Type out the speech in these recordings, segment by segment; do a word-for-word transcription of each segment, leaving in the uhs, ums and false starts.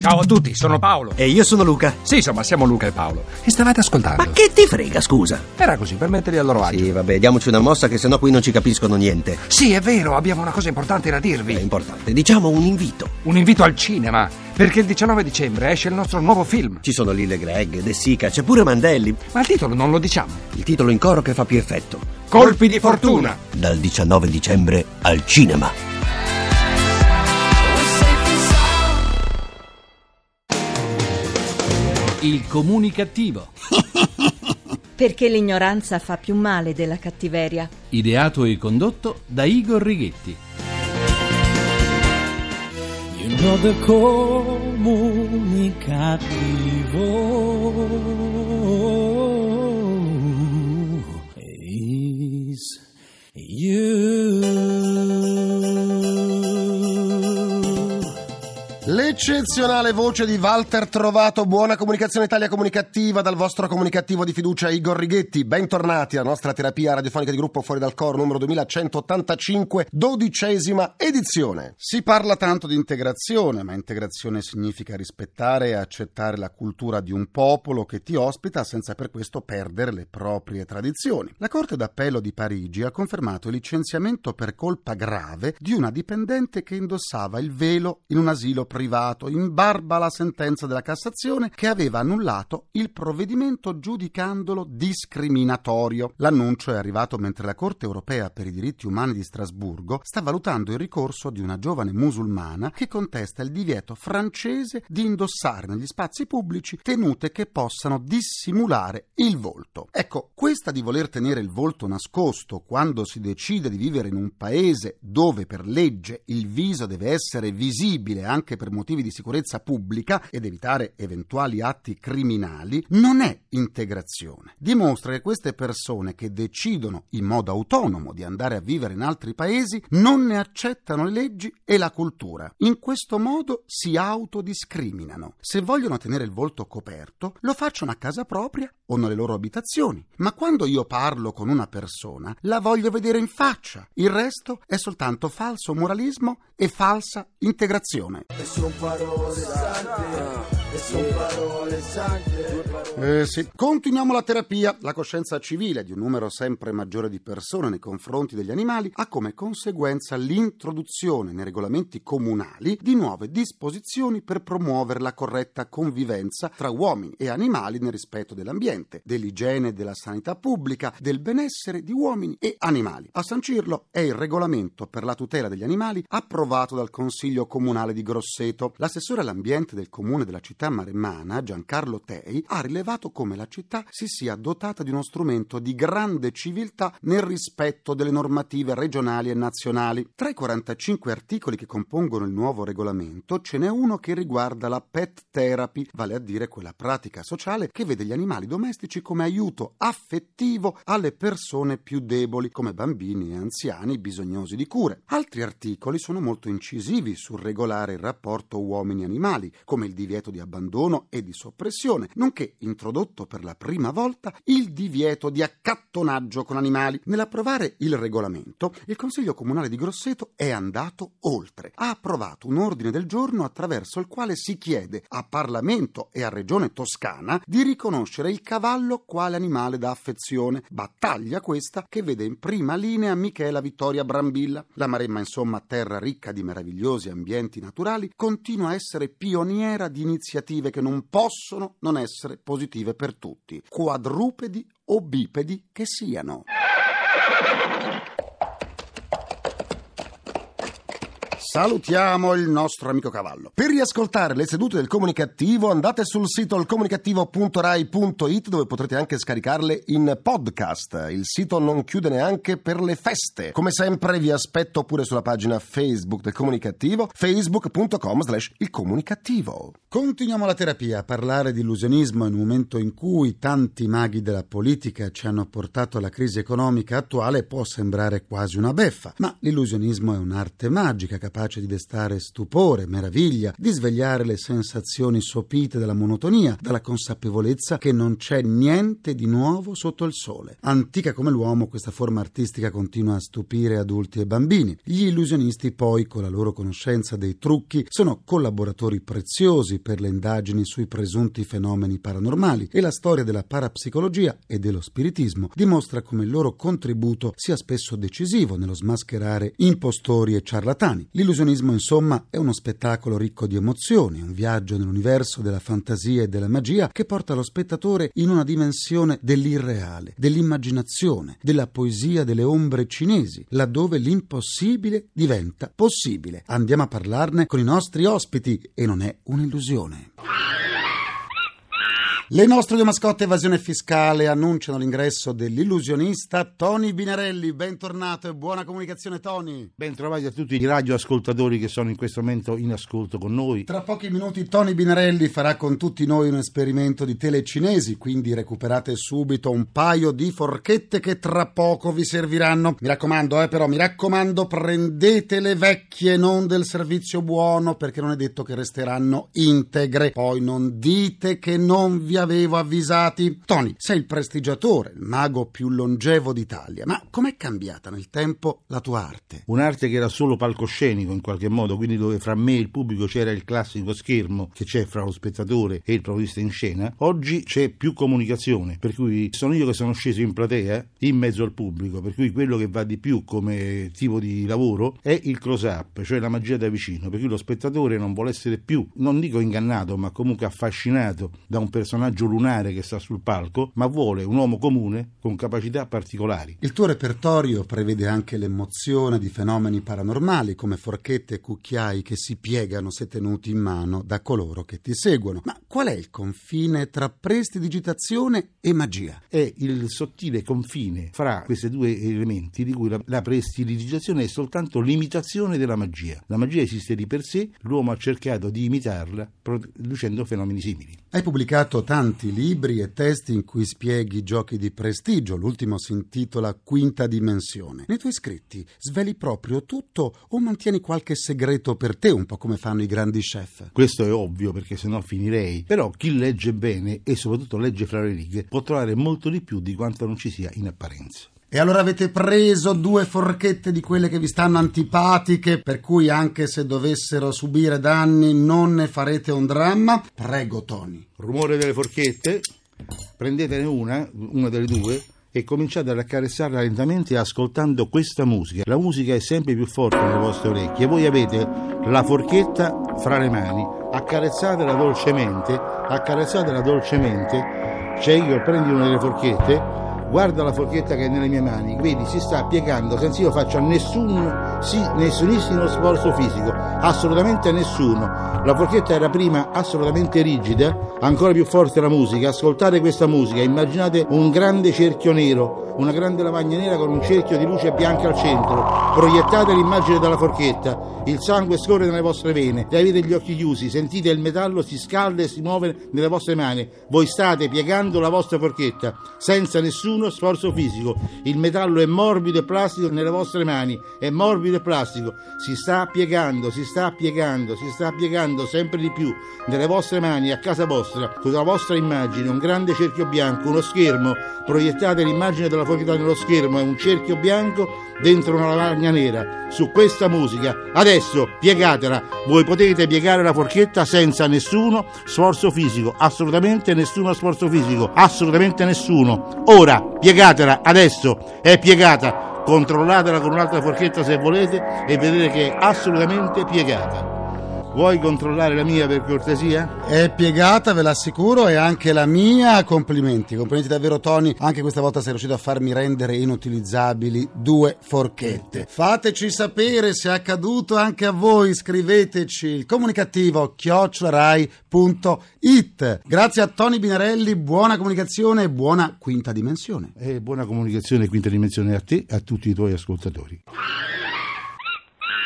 Ciao a tutti, sono Paolo. E io sono Luca. Sì, insomma, siamo Luca e Paolo. E stavate ascoltando. Ma che ti frega, scusa? Era così, per metterli a loro agio. Sì, vabbè, diamoci una mossa che sennò qui non ci capiscono niente. Sì, è vero, abbiamo una cosa importante da dirvi. È importante, diciamo un invito. Un invito al cinema, perché il diciannove dicembre esce il nostro nuovo film. Ci sono Lille Greg, De Sica, c'è pure Mandelli. Ma il titolo non lo diciamo. Il titolo in coro che fa più effetto. Colpi di fortuna. Dal diciannove dicembre al cinema. Il comunicativo. Perché l'ignoranza fa più male della cattiveria. Ideato e condotto da Igor Righetti. You know the comunicativo is you. L'eccezionale voce di Walter Trovato. Buona comunicazione Italia comunicativa dal vostro comunicativo di fiducia Igor Righetti. Bentornati alla nostra terapia radiofonica di gruppo Fuori dal Coro numero duemilacentottantacinque, dodicesima edizione. Si parla tanto di integrazione, ma integrazione significa rispettare e accettare la cultura di un popolo che ti ospita senza per questo perdere le proprie tradizioni. La Corte d'Appello di Parigi ha confermato il licenziamento per colpa grave di una dipendente che indossava il velo in un asilo privato, in barba alla sentenza della Cassazione che aveva annullato il provvedimento giudicandolo discriminatorio. L'annuncio è arrivato mentre la Corte europea per i diritti umani di Strasburgo sta valutando il ricorso di una giovane musulmana che contesta il divieto francese di indossare negli spazi pubblici tenute che possano dissimulare il volto. Ecco, questa di voler tenere il volto nascosto quando si decide di vivere in un paese dove per legge il viso deve essere visibile anche per motivi di sicurezza pubblica ed evitare eventuali atti criminali, non è integrazione. Dimostra che queste persone che decidono in modo autonomo di andare a vivere in altri paesi non ne accettano le leggi e la cultura. In questo modo si autodiscriminano. Se vogliono tenere il volto coperto, lo facciano a casa propria o nelle loro abitazioni. Ma quando io parlo con una persona, la voglio vedere in faccia. Il resto è soltanto falso moralismo e falsa integrazione. Eh sì. Continuiamo la terapia. La coscienza civile di un numero sempre maggiore di persone nei confronti degli animali ha come conseguenza l'introduzione nei regolamenti comunali di nuove disposizioni per promuovere la corretta convivenza tra uomini e animali nel rispetto dell'ambiente, dell'igiene e della sanità pubblica, del benessere di uomini e animali. A sancirlo è il regolamento per la tutela degli animali approvato dal Consiglio Comunale di Grosseto. L'assessore all'ambiente del comune della città maremmana, Giancarlo Tei, ha rilevato come la città si sia dotata di uno strumento di grande civiltà nel rispetto delle normative regionali e nazionali. Tra i quarantacinque articoli che compongono il nuovo regolamento ce n'è uno che riguarda la pet therapy, vale a dire quella pratica sociale che vede gli animali domestici come aiuto affettivo alle persone più deboli, come bambini e anziani bisognosi di cure. Altri articoli sono molto incisivi sul regolare il rapporto uomini-animali, come il divieto di abbandono e di soppressione, nonché introdotto per la prima volta il divieto di accattonaggio con animali. Nell'approvare il regolamento, il Consiglio Comunale di Grosseto è andato oltre. Ha approvato un ordine del giorno attraverso il quale si chiede a Parlamento e a Regione Toscana di riconoscere il cavallo quale animale da affezione. Battaglia questa che vede in prima linea Michela Vittoria Brambilla. La Maremma, insomma, terra ricca di meravigliosi ambienti naturali, continua a essere pioniera di iniziative che non possono non essere positive per tutti, quadrupedi o bipedi che siano. Salutiamo il nostro amico cavallo. Per riascoltare le sedute del comunicativo andate sul sito ilcomunicativo punto rai punto it, dove potrete anche scaricarle in podcast. Il sito non chiude neanche per le feste. Come sempre vi aspetto pure sulla pagina Facebook del comunicativo, facebook punto com slash il comunicativo. Continuiamo la terapia a parlare di illusionismo in un momento in cui tanti maghi della politica ci hanno portato alla crisi economica attuale. Può sembrare quasi una beffa, ma l'illusionismo è un'arte magica capace capace di destare stupore, meraviglia, di svegliare le sensazioni sopite dalla monotonia, dalla consapevolezza che non c'è niente di nuovo sotto il sole. Antica come l'uomo, questa forma artistica continua a stupire adulti e bambini. Gli illusionisti poi, con la loro conoscenza dei trucchi, sono collaboratori preziosi per le indagini sui presunti fenomeni paranormali, e la storia della parapsicologia e dello spiritismo dimostra come il loro contributo sia spesso decisivo nello smascherare impostori e ciarlatani. L'illusionismo, insomma, è uno spettacolo ricco di emozioni, un viaggio nell'universo della fantasia e della magia che porta lo spettatore in una dimensione dell'irreale, dell'immaginazione, della poesia delle ombre cinesi, laddove l'impossibile diventa possibile. Andiamo a parlarne con i nostri ospiti e non è un'illusione. Le nostre due mascotte evasione fiscale annunciano l'ingresso dell'illusionista Tony Binarelli. Bentornato e buona comunicazione, Tony. Ben trovati a tutti i radioascoltatori che sono in questo momento in ascolto con noi. Tra pochi minuti Tony Binarelli farà con tutti noi un esperimento di telecinesi, quindi recuperate subito un paio di forchette che tra poco vi serviranno. Mi raccomando, eh, però, mi raccomando, prendete le vecchie, non del servizio buono, perché non è detto che resteranno integre. Poi non dite che non vi avevo avvisati. Tony, sei il prestigiatore, il mago più longevo d'Italia, ma com'è cambiata nel tempo la tua arte? Un'arte che era solo palcoscenico in qualche modo, quindi dove fra me e il pubblico c'era il classico schermo che c'è fra lo spettatore e il provvista in scena. Oggi c'è più comunicazione, per cui sono io che sono sceso in platea, in mezzo al pubblico, per cui quello che va di più come tipo di lavoro è il close-up, cioè la magia da vicino, per cui lo spettatore non vuole essere più, non dico ingannato, ma comunque affascinato da un personaggio lunare che sta sul palco, ma vuole un uomo comune con capacità particolari. Il tuo repertorio prevede anche l'emozione di fenomeni paranormali come forchette e cucchiai che si piegano se tenuti in mano da coloro che ti seguono. Ma qual è il confine tra prestidigitazione e magia? È il sottile confine fra questi due elementi di cui la, la prestidigitazione è soltanto l'imitazione della magia. La magia esiste di per sé, l'uomo ha cercato di imitarla producendo fenomeni simili. Hai pubblicato tanti libri e testi in cui spieghi giochi di prestigio, l'ultimo si intitola Quinta Dimensione. Nei tuoi scritti sveli proprio tutto o mantieni qualche segreto per te, un po' come fanno i grandi chef? Questo è ovvio, perché sennò finirei, però chi legge bene e soprattutto legge fra le righe può trovare molto di più di quanto non ci sia in apparenza. E allora avete preso due forchette di quelle che vi stanno antipatiche, per cui anche se dovessero subire danni non ne farete un dramma? Prego, Tony. Rumore delle forchette, prendetene una, una delle due, e cominciate ad accarezzarla lentamente ascoltando questa musica. La musica è sempre più forte nelle vostre orecchie. Voi avete la forchetta fra le mani, accarezzatela dolcemente, accarezzatela dolcemente. Cioè io prendi una delle forchette, guarda la forchetta che è nelle mie mani, vedi, si sta piegando senza io faccia nessun, sì, nessunissimo sforzo fisico, assolutamente nessuno. La forchetta era prima assolutamente rigida, ancora più forte la musica. Ascoltate questa musica, immaginate un grande cerchio nero, una grande lavagna nera con un cerchio di luce bianca al centro, proiettate l'immagine dalla forchetta, il sangue scorre nelle vostre vene, e avete gli occhi chiusi, sentite il metallo si scalda e si muove nelle vostre mani, voi state piegando la vostra forchetta senza nessuno sforzo fisico, il metallo è morbido e plastico nelle vostre mani, è morbido e plastico, si sta piegando, si sta piegando, si sta piegando sempre di più nelle vostre mani a casa vostra, con la vostra immagine, un grande cerchio bianco, uno schermo, proiettate l'immagine della forchetta nello schermo, è un cerchio bianco dentro una lavagna nera. Su questa musica adesso piegatela, voi potete piegare la forchetta senza nessuno sforzo fisico, assolutamente nessuno sforzo fisico, assolutamente nessuno. Ora piegatela, adesso è piegata, controllatela con un'altra forchetta se volete e vedrete che è assolutamente piegata. Vuoi controllare la mia per cortesia? È piegata, ve l'assicuro, e anche la mia. Complimenti, complimenti davvero, Tony. Anche questa volta sei riuscito a farmi rendere inutilizzabili due forchette. Fateci sapere se è accaduto anche a voi, scriveteci il comunicativo chiocciola rai punto it. Grazie a Tony Binarelli, buona comunicazione e buona quinta dimensione. E buona comunicazione e quinta dimensione a te e a tutti i tuoi ascoltatori.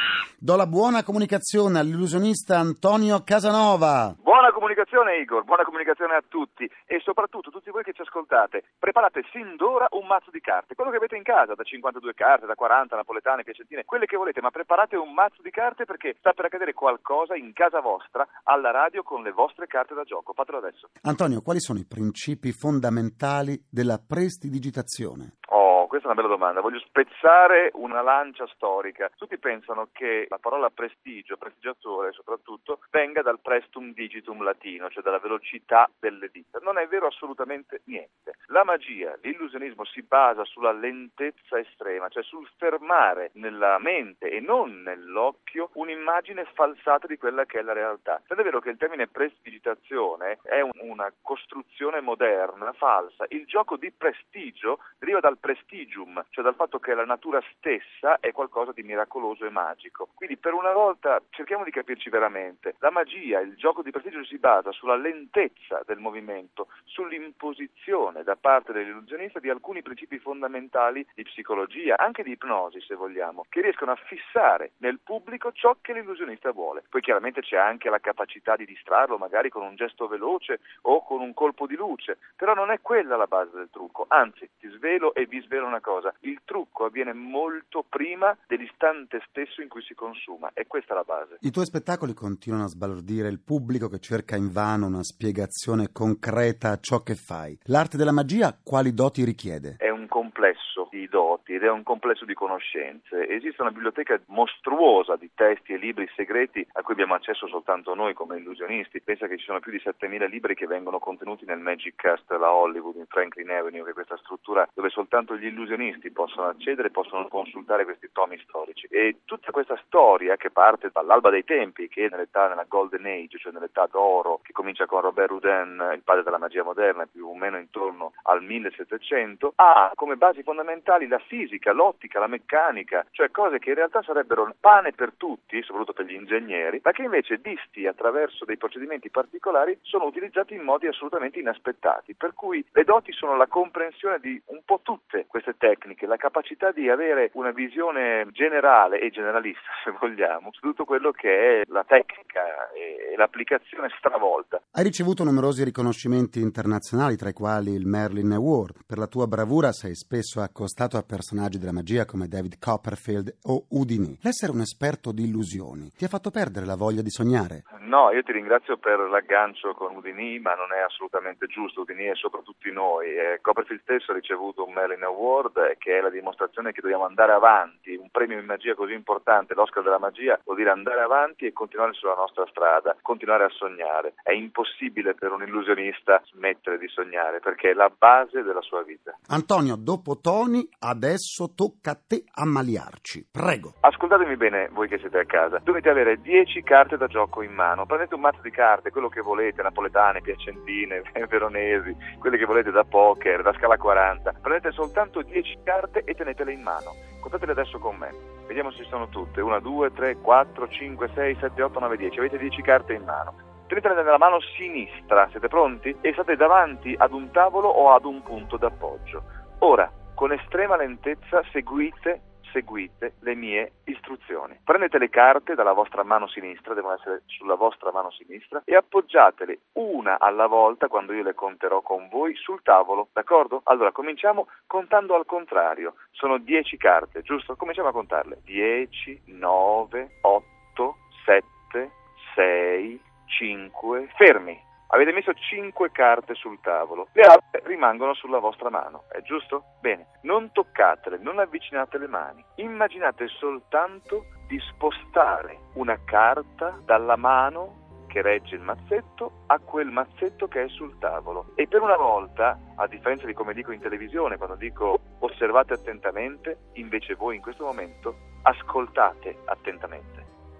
Do la buona comunicazione all'illusionista Antonio Casanova. Buona comunicazione Igor, buona comunicazione a tutti e soprattutto tutti voi che ci ascoltate. Preparate sin d'ora un mazzo di carte, quello che avete in casa, da cinquantadue carte, da quaranta, napoletane, piacentine, quelle che volete, ma preparate un mazzo di carte perché sta per accadere qualcosa in casa vostra, alla radio, con le vostre carte da gioco. Fatelo adesso. Antonio, quali sono i principi fondamentali della prestidigitazione? Oh, questa è una bella domanda. Voglio spezzare una lancia storica. Tutti pensano che la parola prestigio, prestigiatore soprattutto, venga dal prestum digitum latino, cioè dalla velocità delle dita. Non è vero assolutamente niente. La magia, l'illusionismo si basa sulla lentezza estrema, cioè sul fermare nella mente e non nell'occhio un'immagine falsata di quella che è la realtà. Ed è vero che il termine prestidigitazione è un, una costruzione moderna, falsa. Il gioco di prestigio deriva dal prestigium, cioè dal fatto che la natura stessa è qualcosa di miracoloso e magico. Quindi per una volta cerchiamo di capirci veramente. La magia, il gioco di prestigio si basa sulla lentezza del movimento, sull'imposizione da parte dell'illusionista di alcuni principi fondamentali di psicologia, anche di ipnosi se vogliamo, che riescono a fissare nel pubblico ciò che l'illusionista vuole. Poi chiaramente c'è anche la capacità di distrarlo, magari con un gesto veloce o con un colpo di luce, però non è quella la base del trucco. Anzi, ti svelo e vi svelo una cosa: il trucco avviene molto prima dell'istante stesso in cui si consuma, e questa è la base. I tuoi spettacoli continuano a sbalordire il pubblico che cerca invano una spiegazione concreta a ciò che fai. L'arte della magia quali doti richiede? È un complesso di doti ed è un complesso di conoscenze. Esiste una biblioteca mostruosa di testi e libri segreti a cui abbiamo accesso soltanto noi come illusionisti. Pensa che ci sono più di settemila libri che vengono contenuti nel Magic Castle a Hollywood, in Franklin Avenue, che è questa struttura dove soltanto gli illusionisti possono accedere, possono consultare questi tomi storici. E tutta questa storia, che parte dall'alba dei tempi, che è nell'età, nella Golden Age, cioè nell'età d'oro, che comincia con Robert Houdin, il padre della magia moderna, più o meno intorno al millesettecento, ha come basi fondamentali la fisica, l'ottica, la meccanica, cioè cose che in realtà sarebbero pane per tutti, soprattutto per gli ingegneri, ma che invece visti attraverso dei procedimenti particolari sono utilizzati in modi assolutamente inaspettati. Per cui le doti sono la comprensione di un po' tutte queste tecniche, la capacità di avere una visione generale e generalista, se vogliamo, su tutto quello che è la tecnica e l'applicazione stravolta. Hai ricevuto numerosi riconoscimenti internazionali, tra i quali il Merlin Award. Per la tua bravura sei spesso accostato a personaggi della magia come David Copperfield o Houdini. L'essere un esperto di illusioni ti ha fatto perdere la voglia di sognare? No, io ti ringrazio per l'aggancio con Houdini, ma non è assolutamente giusto. Houdini è sopra tutti noi. Eh, Copperfield stesso ha ricevuto un Merlin Award, eh, che è la dimostrazione che dobbiamo andare avanti. Un premio in magia così importante, l'Oscar della magia, vuol dire andare avanti e continuare sulla nostra strada, continuare a sognare. È impossibile per un illusionista smettere di sognare, perché è la base della sua vita. Antonio, dopo Tony, adesso tocca a te ammaliarci. Prego. Ascoltatemi bene voi che siete a casa. Dovete avere dieci carte da gioco in mano. Prendete un mazzo di carte, quello che volete, napoletane, piacentine, veronesi, quelle che volete da poker, da scala quaranta. Prendete soltanto dieci carte e tenetele in mano. Contatele adesso con me. Vediamo se ci sono tutte. una, due, tre, quattro, cinque, sei, sette, otto, nove, dieci. Avete dieci carte in mano. Tenetele nella mano sinistra, siete pronti? E state davanti ad un tavolo o ad un punto d'appoggio. Ora, con estrema lentezza, seguite, seguite le mie istruzioni. Prendete le carte dalla vostra mano sinistra, devono essere sulla vostra mano sinistra, e appoggiatele una alla volta, quando io le conterò con voi, sul tavolo, d'accordo? Allora, cominciamo contando al contrario. Sono dieci carte, giusto? Cominciamo a contarle. dieci, nove, otto, sette, sei, cinque, fermi. Avete messo cinque carte sul tavolo, le altre rimangono sulla vostra mano, è giusto? Bene, non toccatele, non avvicinate le mani, immaginate soltanto di spostare una carta dalla mano che regge il mazzetto a quel mazzetto che è sul tavolo. E per una volta, a differenza di come dico in televisione, quando dico osservate attentamente, invece voi in questo momento ascoltate attentamente.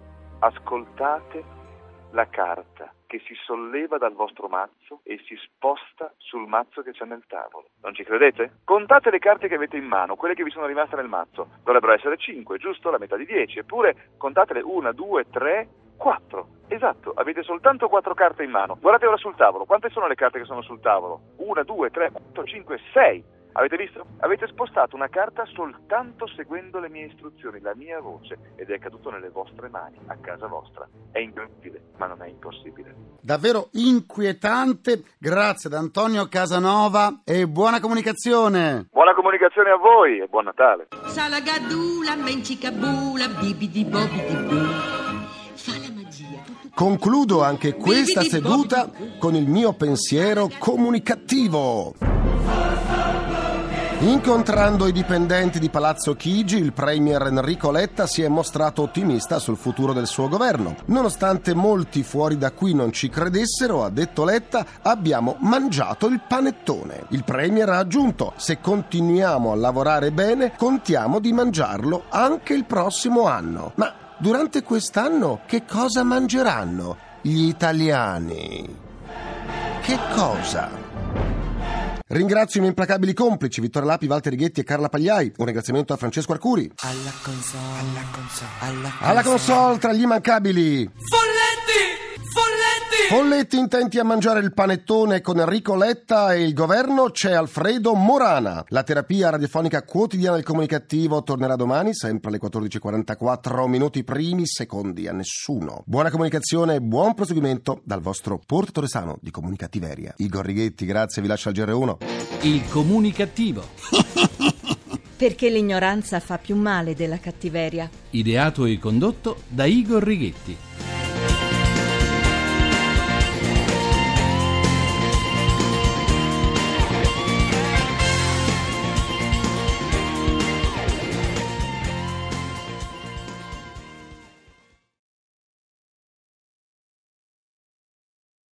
Ascoltate la carta che si solleva dal vostro mazzo e si sposta sul mazzo che c'è nel tavolo. Non ci credete? Contate le carte che avete in mano, quelle che vi sono rimaste nel mazzo. Dovrebbero essere cinque, giusto? La metà di dieci. Eppure contatele una, due, tre, quattro. Esatto, avete soltanto quattro carte in mano. Guardate ora sul tavolo. Quante sono le carte che sono sul tavolo? Una, due, tre, quattro, cinque, sei. Avete visto? Avete spostato una carta soltanto seguendo le mie istruzioni, la mia voce, ed è caduto nelle vostre mani, a casa vostra. È incredibile, ma non è impossibile. Davvero inquietante. Grazie ad Antonio Casanova e buona comunicazione. Buona comunicazione a voi e buon Natale. Salagadula, mencicabula, bibidi bobidi boo. Fa la magia. Concludo anche questa seduta con il mio pensiero comunicativo. Incontrando i dipendenti di Palazzo Chigi, il premier Enrico Letta si è mostrato ottimista sul futuro del suo governo. Nonostante molti fuori da qui non ci credessero, ha detto Letta, abbiamo mangiato il panettone. Il premier ha aggiunto, se continuiamo a lavorare bene, contiamo di mangiarlo anche il prossimo anno. Ma durante quest'anno che cosa mangeranno gli italiani? Che cosa? Ringrazio i miei implacabili complici Vittorio Lapi, Walter Righetti e Carla Pagliai. Un ringraziamento a Francesco Arcuri. Alla console, alla console, alla console. Alla console tra gli immancabili Folletti! Folletti! Folletti intenti a mangiare il panettone con Enrico Letta e il governo c'è Alfredo Morana. La terapia radiofonica quotidiana del comunicativo tornerà domani, sempre alle quattordici e quarantaquattro, minuti primi, secondi a nessuno. Buona comunicazione e buon proseguimento dal vostro portatore sano di comunicativeria. Igor Righetti, grazie, vi lascio al G R uno. Il comunicativo. Perché l'ignoranza fa più male della cattiveria. Ideato e condotto da Igor Righetti.